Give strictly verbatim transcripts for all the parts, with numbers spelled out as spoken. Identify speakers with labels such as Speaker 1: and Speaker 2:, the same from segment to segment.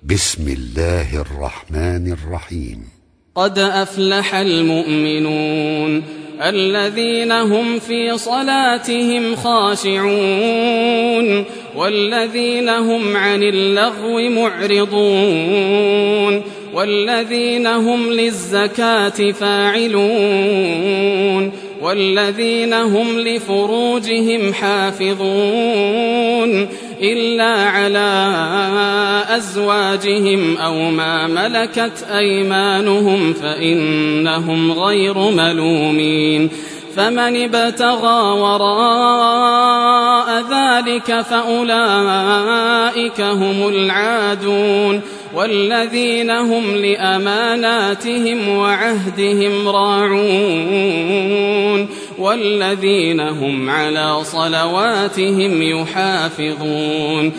Speaker 1: بسم الله الرحمن الرحيم.
Speaker 2: قد أفلح المؤمنون الذين هم في صلاتهم خاشعون والذين هم عن اللغو معرضون والذين هم للزكاة فاعلون والذين هم لفروجهم حافظون إلا على أزواجهم أو ما ملكت أيمانهم فإنهم غير ملومين. فمن ابتغى وراء ذلك فأولئك هم العادون والذين هم لأماناتهم وعهدهم راعون والذين هم على صلواتهم يحافظون.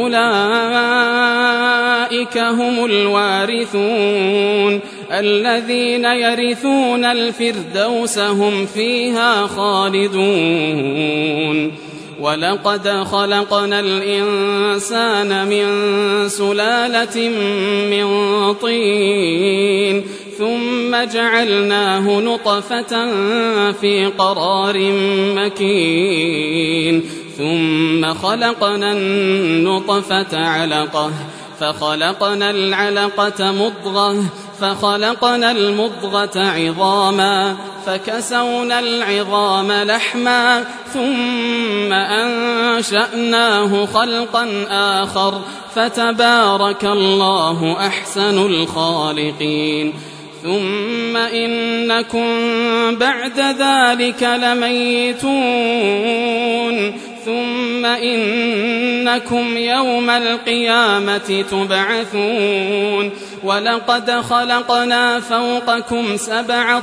Speaker 2: أولئك هم الوارثون الذين يرثون الفردوس هم فيها خالدون. ولقد خلقنا الإنسان من سلالة من طين ثم جعلناه نطفة في قرار مكين ثم خلقنا النطفة علقة فخلقنا العلقة مضغة فخلقنا المضغة عظاما فكسونا العظام لحما ثم أنشأناه خلقا آخر فتبارك الله أحسن الخالقين. ثم إنكم بعد ذلك لميتون ثم إنكم يوم القيامة تبعثون. ولقد خلقنا فوقكم سبع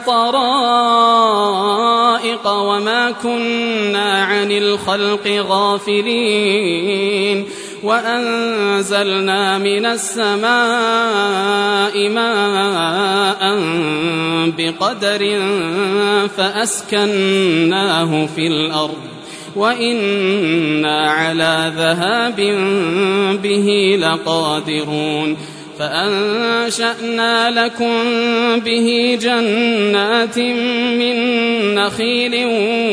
Speaker 2: طرائق وما كنا عن الخلق غافلين وأنزلنا من السماء ماء بقدر فأسكناه في الأرض وإنا على ذهاب به لقادرون. فأنشأنا لكم به جنات من نخيل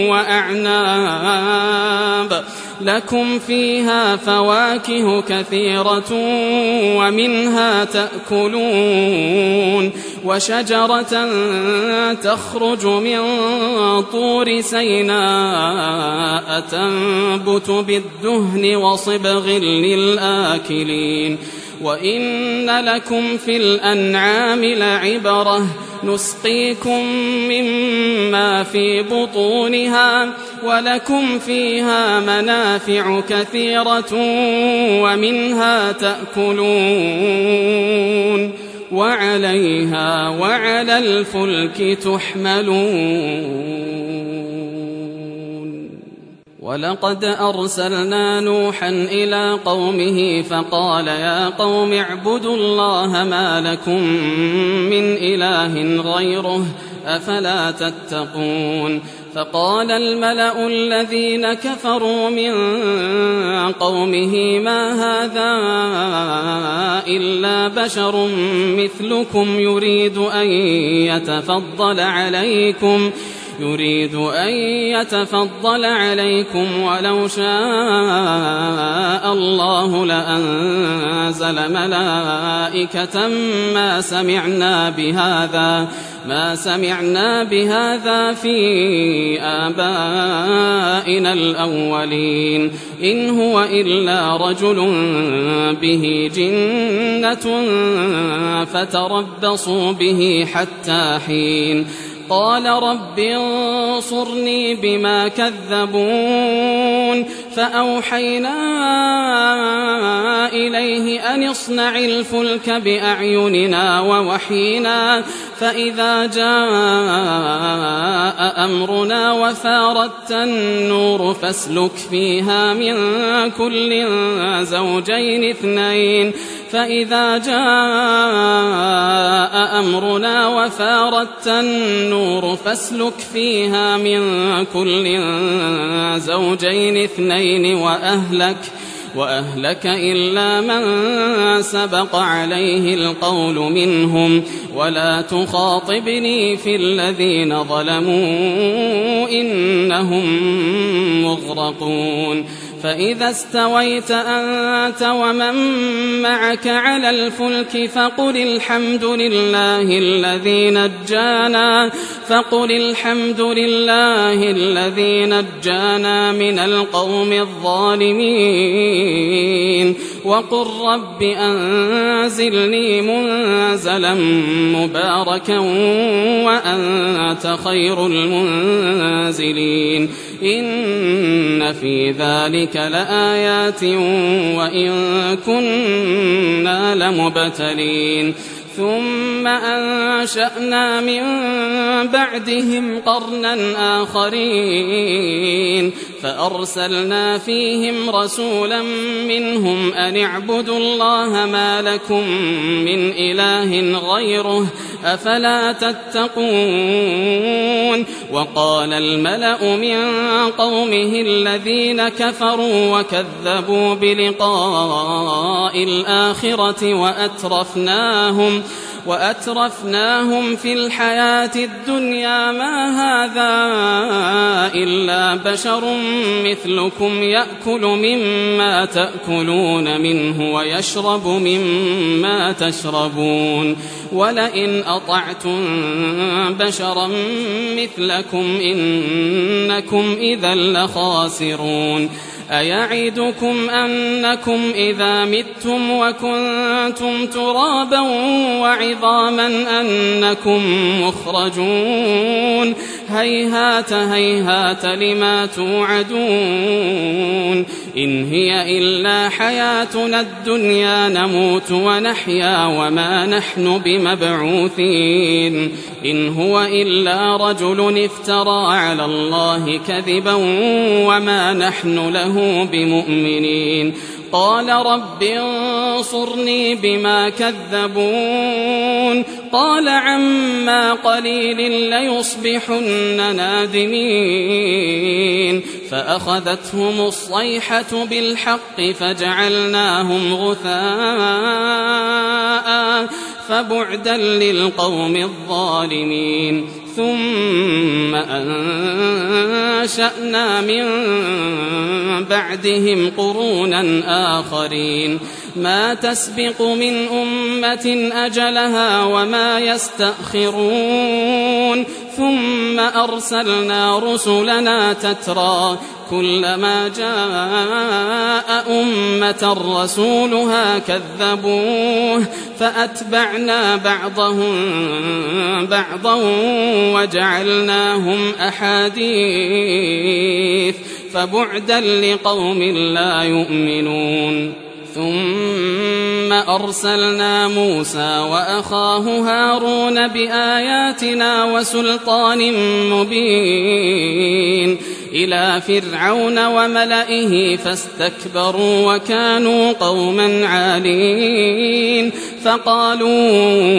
Speaker 2: وأعناب لكم فيها فواكه كثيرة ومنها تأكلون وشجرة تخرج من طور سيناء تنبت بالدهن وصبغ للآكلين. وإن لكم في الأنعام لعبرة نسقيكم مما في بطونها ولكم فيها منافع كثيرة ومنها تأكلون وعليها وعلى الفلك تحملون. ولقد أرسلنا نوحا إلى قومه فقال يا قوم اعبدوا الله ما لكم من إله غيره أفلا تتقون. فقال الملأ الذين كفروا من قومه ما هذا إلا بشر مثلكم يريد أن يتفضل عليكم يريد أن يتفضل عليكم ولو شاء الله لأنزل ملائكة ما سمعنا بهذا ما سمعنا بهذا في آبائنا الأولين إن هو إلا رجل به جنة فتربصوا به حتى حين. قال رب انصرني بما كذبون فأوحينا إليه أن اصنع الفلك بأعيننا ووحينا فإذا جاء أمرنا وفاردت النور فاسلك فيها من كل زوجين اثنين فإذا جاء أمرنا وفاردت النور فاسلك فيها من كل زوجين اثنين وأهلك وأهلك إلا من سبق عليه القول منهم ولا تخاطبني في الذين ظلموا إنهم مغرقون فإذا استويت أنت ومن معك على الفلك فقل الحمد لله الذي نجانا فقل الحمد لله الذي نجانا من القوم الظالمين وقل رب أنزلني منزلا مباركا وأنت خير المنزلين إن في ذلك لآيات وإن كنا لمبتلين ثم أنشأنا من بعدهم قرنا آخرين فأرسلنا فيهم رسولا منهم أن اعبدوا الله ما لكم من إله غيره أفلا تتقون وقال الملأ من قومه الذين كفروا وكذبوا بلقاء الآخرة وأترفناهم وأترفناهم في الحياة الدنيا ما هذا إلا بشر مثلكم يأكل مما تأكلون منه ويشرب مما تشربون ولئن أطعتم بشرا مثلكم إنكم إذا لخاسرون أيعدكم أنكم إذا متم وكنتم ترابا وعظاما أنكم مخرجون هيهات هيهات لما توعدون إن هي إلا حياتنا الدنيا نموت ونحيا وما نحن بمبعوثين إن هو إلا رجل افترى على الله كذبا وما نحن له بمؤمنين قال رب انصرني بما كذبون قال عما قليل ليصبحن نادمين فأخذتهم الصيحة بالحق فجعلناهم غثاء فبعدا للقوم الظالمين ثم أنشأنا من بعدهم قرونا آخرين ما تسبق من أمة أجلها وما يستأخرون ثم أرسلنا رسلنا تترى كلما جاء أمة رسولها كذبوه فأتبعنا بعضهم بعضا وجعلناهم أحاديث فبعدا لقوم لا يؤمنون ثم أرسلنا موسى وأخاه هارون بآياتنا وسلطان مبين إلى فرعون وملئه فاستكبروا وكانوا قوما عالين فقالوا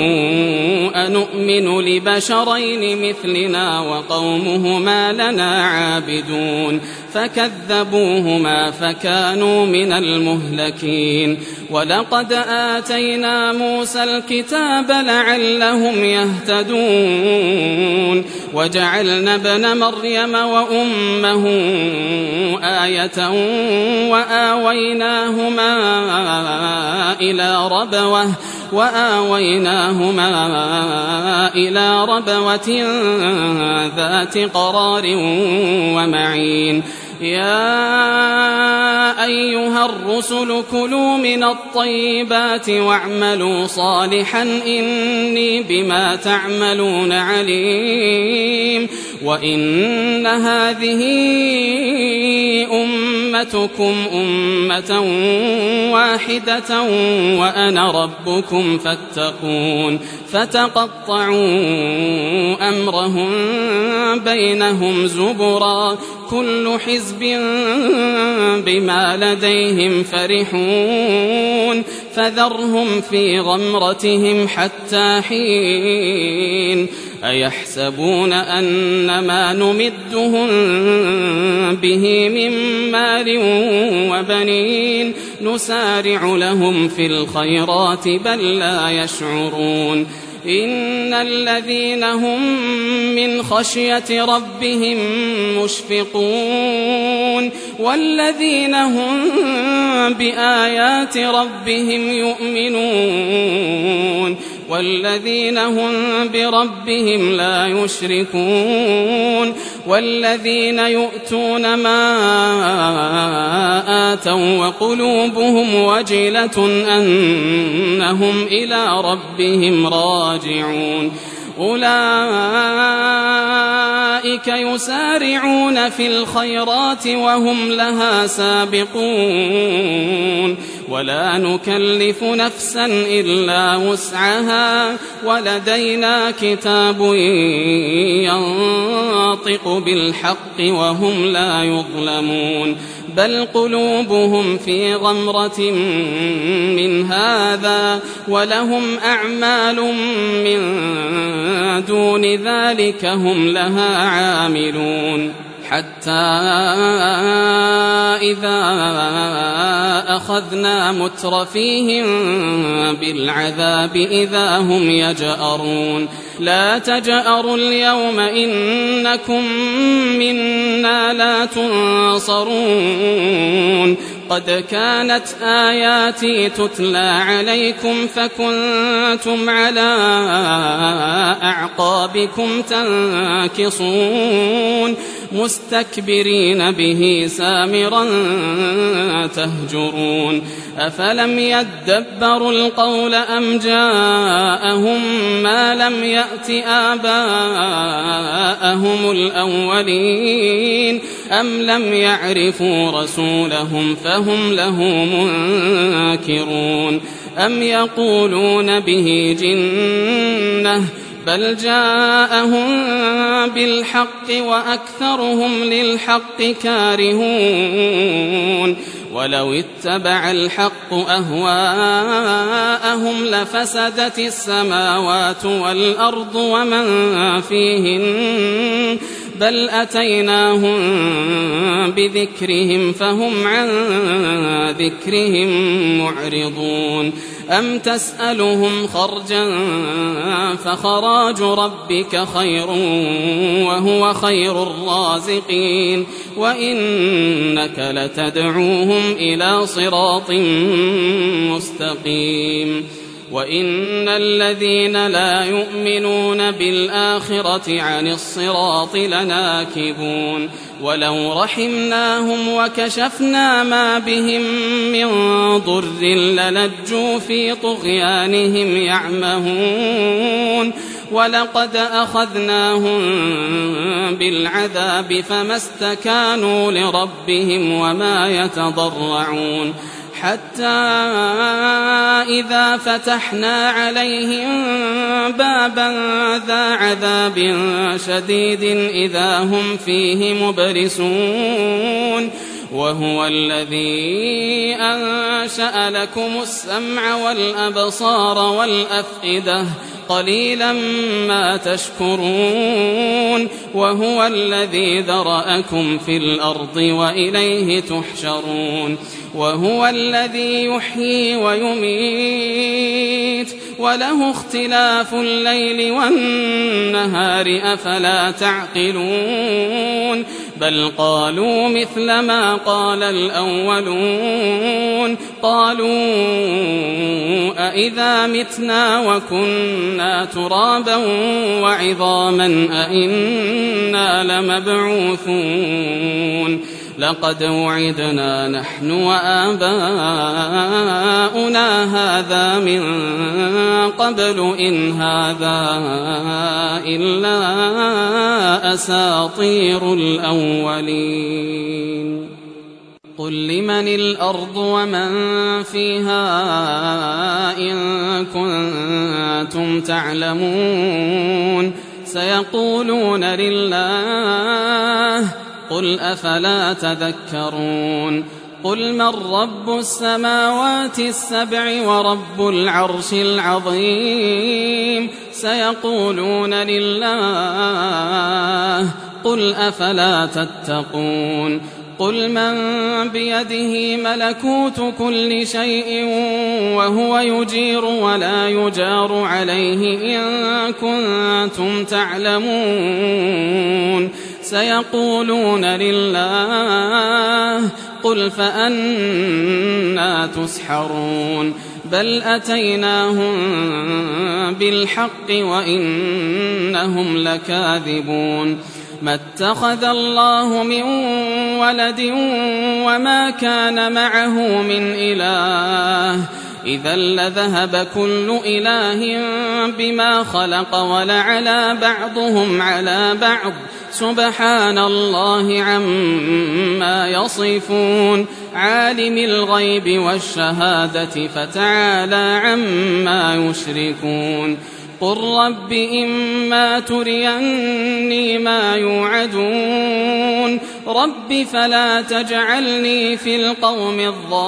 Speaker 2: أنؤمن لبشرين مثلنا وقومهما لنا عابدون فكذبوهما فكانوا من المهلكين ولقد آتينا موسى الكتاب لعلهم يهتدون وجعلنا ابن مريم وأمه آية وآويناهما إلى ربوة وآويناهما إلى ربوة ذات قرار ومعين يا أيها الرسل كلوا من الطيبات واعملوا صالحا إني بما تعملون عليم وإن هذه أمتكم أمة واحدة وأنا ربكم فاتقون فتقطعوا أمرهم بينهم زبرا وكل حزب بما لديهم فرحون فذرهم في غمرتهم حتى حين أيحسبون أن ما نمدهم به من مال وبنين نسارع لهم في الخيرات بل لا يشعرون إن الذين هم من خشية ربهم مشفقون والذين هم بآيات ربهم يؤمنون والذين هم بربهم لا يشركون والذين يؤتون ما آتوا وقلوبهم وجلة أنهم إلى ربهم راجعون أولئك يسارعون في الخيرات وهم لها سابقون ولا نكلف نفسا إلا وسعها ولدينا كتاب ينطق بالحق وهم لا يظلمون بل قلوبهم في غمرة من هذا ولهم أعمال من دون ذلك هم لها عاملون حتى إذا أخذنا مترفيهم بالعذاب إذا هم يجأرون لا تجأروا اليوم إنكم منا لا تنصرون قد كانت آياتي تتلى عليكم فكنتم على أعقابكم تنكصون مستكبرين به سامرا تهجرون أفلم يدبروا القول أم جاءهم ما لم يأت آباءهم الأولين أم لم يعرفوا رسولهم فهم له منكرون أم يقولون به جنة بل جاءهم بالحق وأكثرهم للحق كارهون ولو اتبع الحق أهواءهم لفسدت السماوات والأرض ومن فيهن بل أتيناهم بذكرهم فهم عن ذكرهم معرضون أم تسألهم خرجا فخراج ربك خير وهو خير الرازقين وإنك لتدعوهم إلى صراط مستقيم وإن الذين لا يؤمنون بالآخرة عن الصراط لناكبون ولو رحمناهم وكشفنا ما بهم من ضر للجوا في طغيانهم يعمهون ولقد أخذناهم بالعذاب فما استكانوا لربهم وما يتضرعون حتى إذا فتحنا عليهم بابا ذا عذاب شديد إذا هم فيه مبلسون وهو الذي أنشأ لكم السمع والأبصار والأفئدة قليلا ما تشكرون وهو الذي ذرأكم في الأرض وإليه تحشرون وهو الذي يحيي ويميت وله اختلاف الليل والنهار أفلا تعقلون بل قالوا مثل ما قال الأولون قالوا أئذا متنا وكنا ترابا وعظاما أئنا لمبعوثون لقد وعدنا نحن وآباؤنا هذا من قبل إن هذا إلا أساطير الأولين قل لمن الأرض ومن فيها إن كنتم تعلمون سيقولون لله قل أفلا تذكرون قل من رب السماوات السبع ورب العرش العظيم سيقولون لله قل أفلا تتقون قل من بيده ملكوت كل شيء وهو يجير ولا يجار عليه إن كنتم تعلمون سيقولون لله قل فأنى تسحرون بل أتيناهم بالحق وإنهم لكاذبون ما اتخذ الله من ولد وما كان معه من إله إذا لذهب كل إله بما خلق ولعلى بعضهم على بعض سبحان الله عما يصفون عالم الغيب والشهادة فتعالى عما يشركون قل رب إما تريني ما يوعدون رب فلا تجعلني في القوم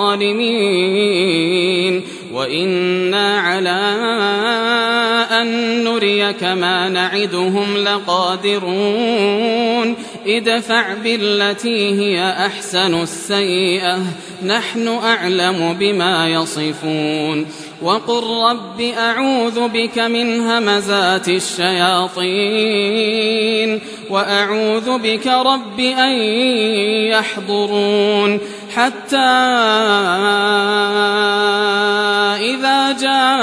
Speaker 2: الظالمين وإنا على أن نريك ما نعدهم لقادرون ادفع بالتي هي أحسن السيئة نحن أعلم بما يصفون وقل رب أعوذ بك من همزات الشياطين وأعوذ بك رب أن يحضرون حتى إذا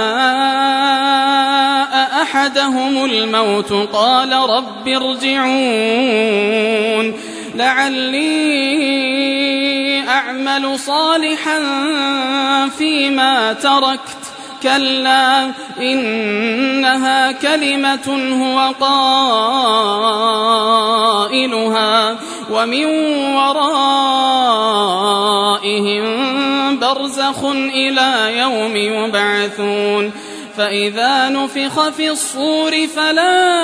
Speaker 2: جاء أحدهم الموت قال رب ارجعون لعلي أعمل صالحا فيما تركت كلا إنها كلمة هو قائلها ومن ورائهم برزخ إلى يوم يبعثون فإذا نفخ في الصور فلا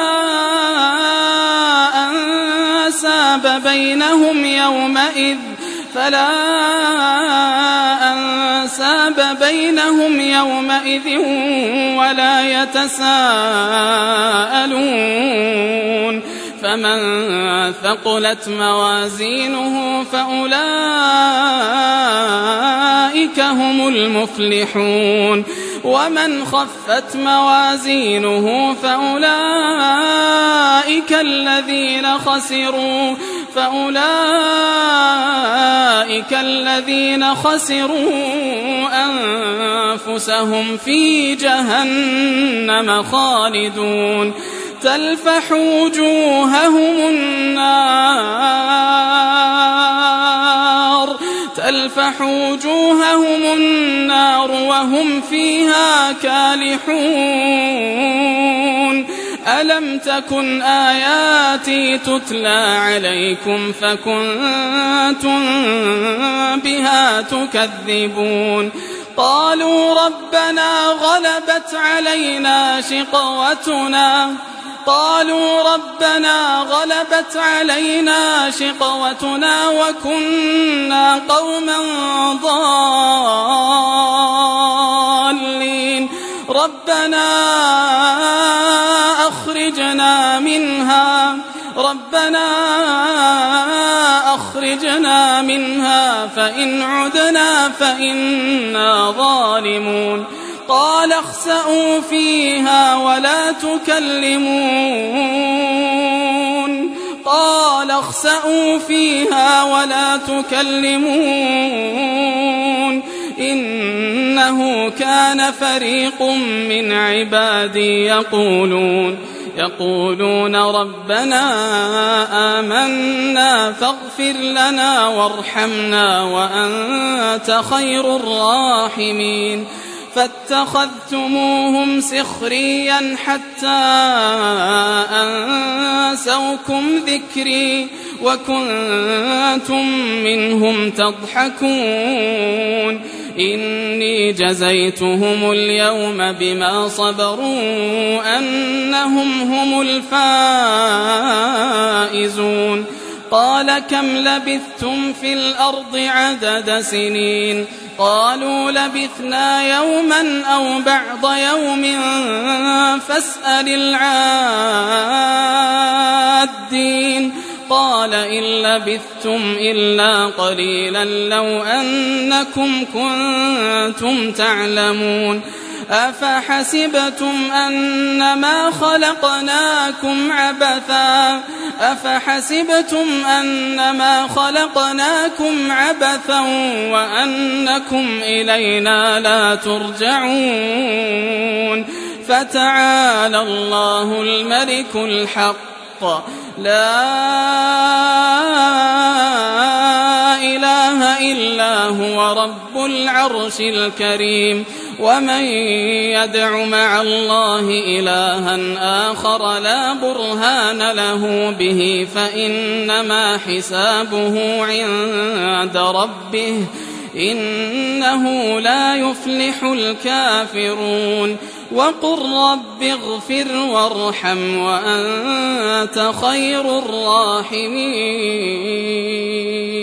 Speaker 2: أنساب بينهم يومئذ فلا أنساب بينهم يومئذ ولا يتساءلون فمن ثقلت موازينه فأولئك هم المفلحون ومن خفت موازينه فأولئك الذين خسروا فأولئك الذين خسروا أنفسهم في جهنم خالدون تلفح وجوههم النار تلفح وجوههم النار وهم فيها كالحون ألم تكن آياتي تتلى عليكم فكنتم بها تكذبون قالوا ربنا غلبت علينا شقوتنا قالوا ربنا غلبت علينا شقوتنا وكنا قوما ضالين ربنا أخرجنا منها ربنا أخرجنا منها فإن عدنا فإنا ظالمون قال اخسئوا فيها ولا تكلمون قال اخسئوا فيها ولا تكلمون إنه كان فريق من عبادي يقولون يقولون ربنا آمنا فاغفر لنا وارحمنا وأنت خير الراحمين فاتخذتموهم سخريا حتى أنسوكم ذكري وكنتم منهم تضحكون إني جزيتهم اليوم بما صبروا أنهم هم الفائزون قال كم لبثتم في الأرض عدد سنين قالوا لبثنا يوما أو بعض يوم فاسأل العادين قال إن لبثتم إلا قليلا لو أنكم كنتم تعلمون أفحسبتم أنما خلقناكم عبثا أفحسبتم أنما خلقناكم عبثا وأنكم إلينا لا ترجعون فتعالى الله الملك الحق لا إله إلا هو رب العرش الكريم ومن يدع مع الله إلها آخر لا برهان له به فإنما حسابه عند ربه إنه لا يفلح الكافرون وقل رب اغفر وارحم وأنت خير الراحمين.